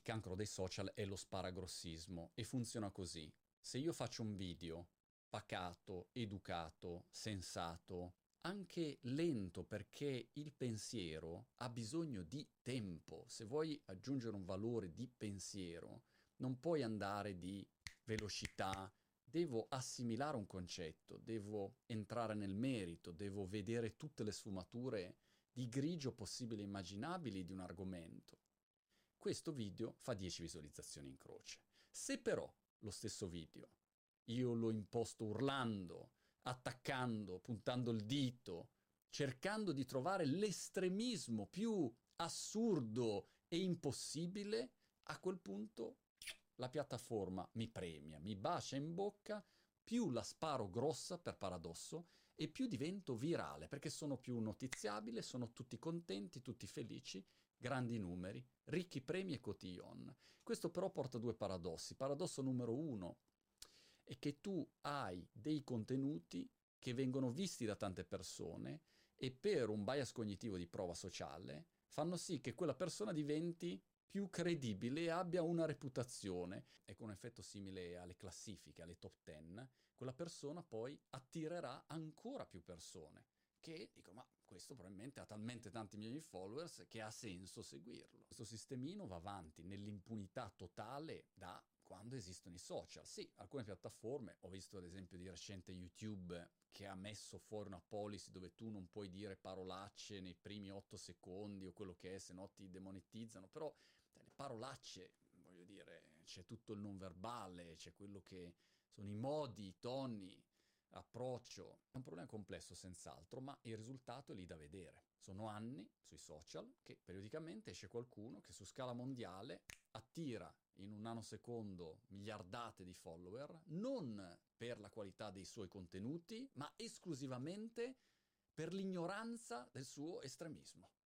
cancro dei social è lo sparagrossismo e funziona così. Se io faccio un video pacato, educato, sensato, anche lento perché il pensiero ha bisogno di tempo. Se vuoi aggiungere un valore di pensiero, non puoi andare di velocità. Devo assimilare un concetto, devo entrare nel merito, devo vedere tutte le sfumature di grigio possibili e immaginabili di un argomento. Questo video fa 10 visualizzazioni in croce. Se però lo stesso video io lo imposto urlando, attaccando, puntando il dito, cercando di trovare l'estremismo più assurdo e impossibile, a quel punto la piattaforma mi premia, mi bacia in bocca, più la sparo grossa per paradosso e più divento virale perché sono più notiziabile, sono tutti contenti, tutti felici, grandi numeri, ricchi premi e cotillon. Questo però porta due paradossi. Paradosso numero uno è che tu hai dei contenuti che vengono visti da tante persone e per un bias cognitivo di prova sociale fanno sì che quella persona diventi più credibile e abbia una reputazione. E con un effetto simile alle classifiche, alle top 10, quella persona poi attirerà ancora più persone che dicono ma questo probabilmente ha talmente tanti milioni di followers che ha senso seguirlo. Questo sistemino va avanti nell'impunità totale da quando esistono i social. Sì, alcune piattaforme, ho visto ad esempio di recente YouTube che ha messo fuori una policy dove tu non puoi dire parolacce nei primi 8 secondi o quello che è, se no ti demonetizzano, però le parolacce, voglio dire, c'è tutto il non verbale, c'è quello che sono i modi, i toni, approccio. È un problema complesso senz'altro, ma il risultato è lì da vedere. Sono anni sui social che periodicamente esce qualcuno che su scala mondiale attira in un nanosecondo miliardate di follower, non per la qualità dei suoi contenuti, ma esclusivamente per l'ignoranza del suo estremismo.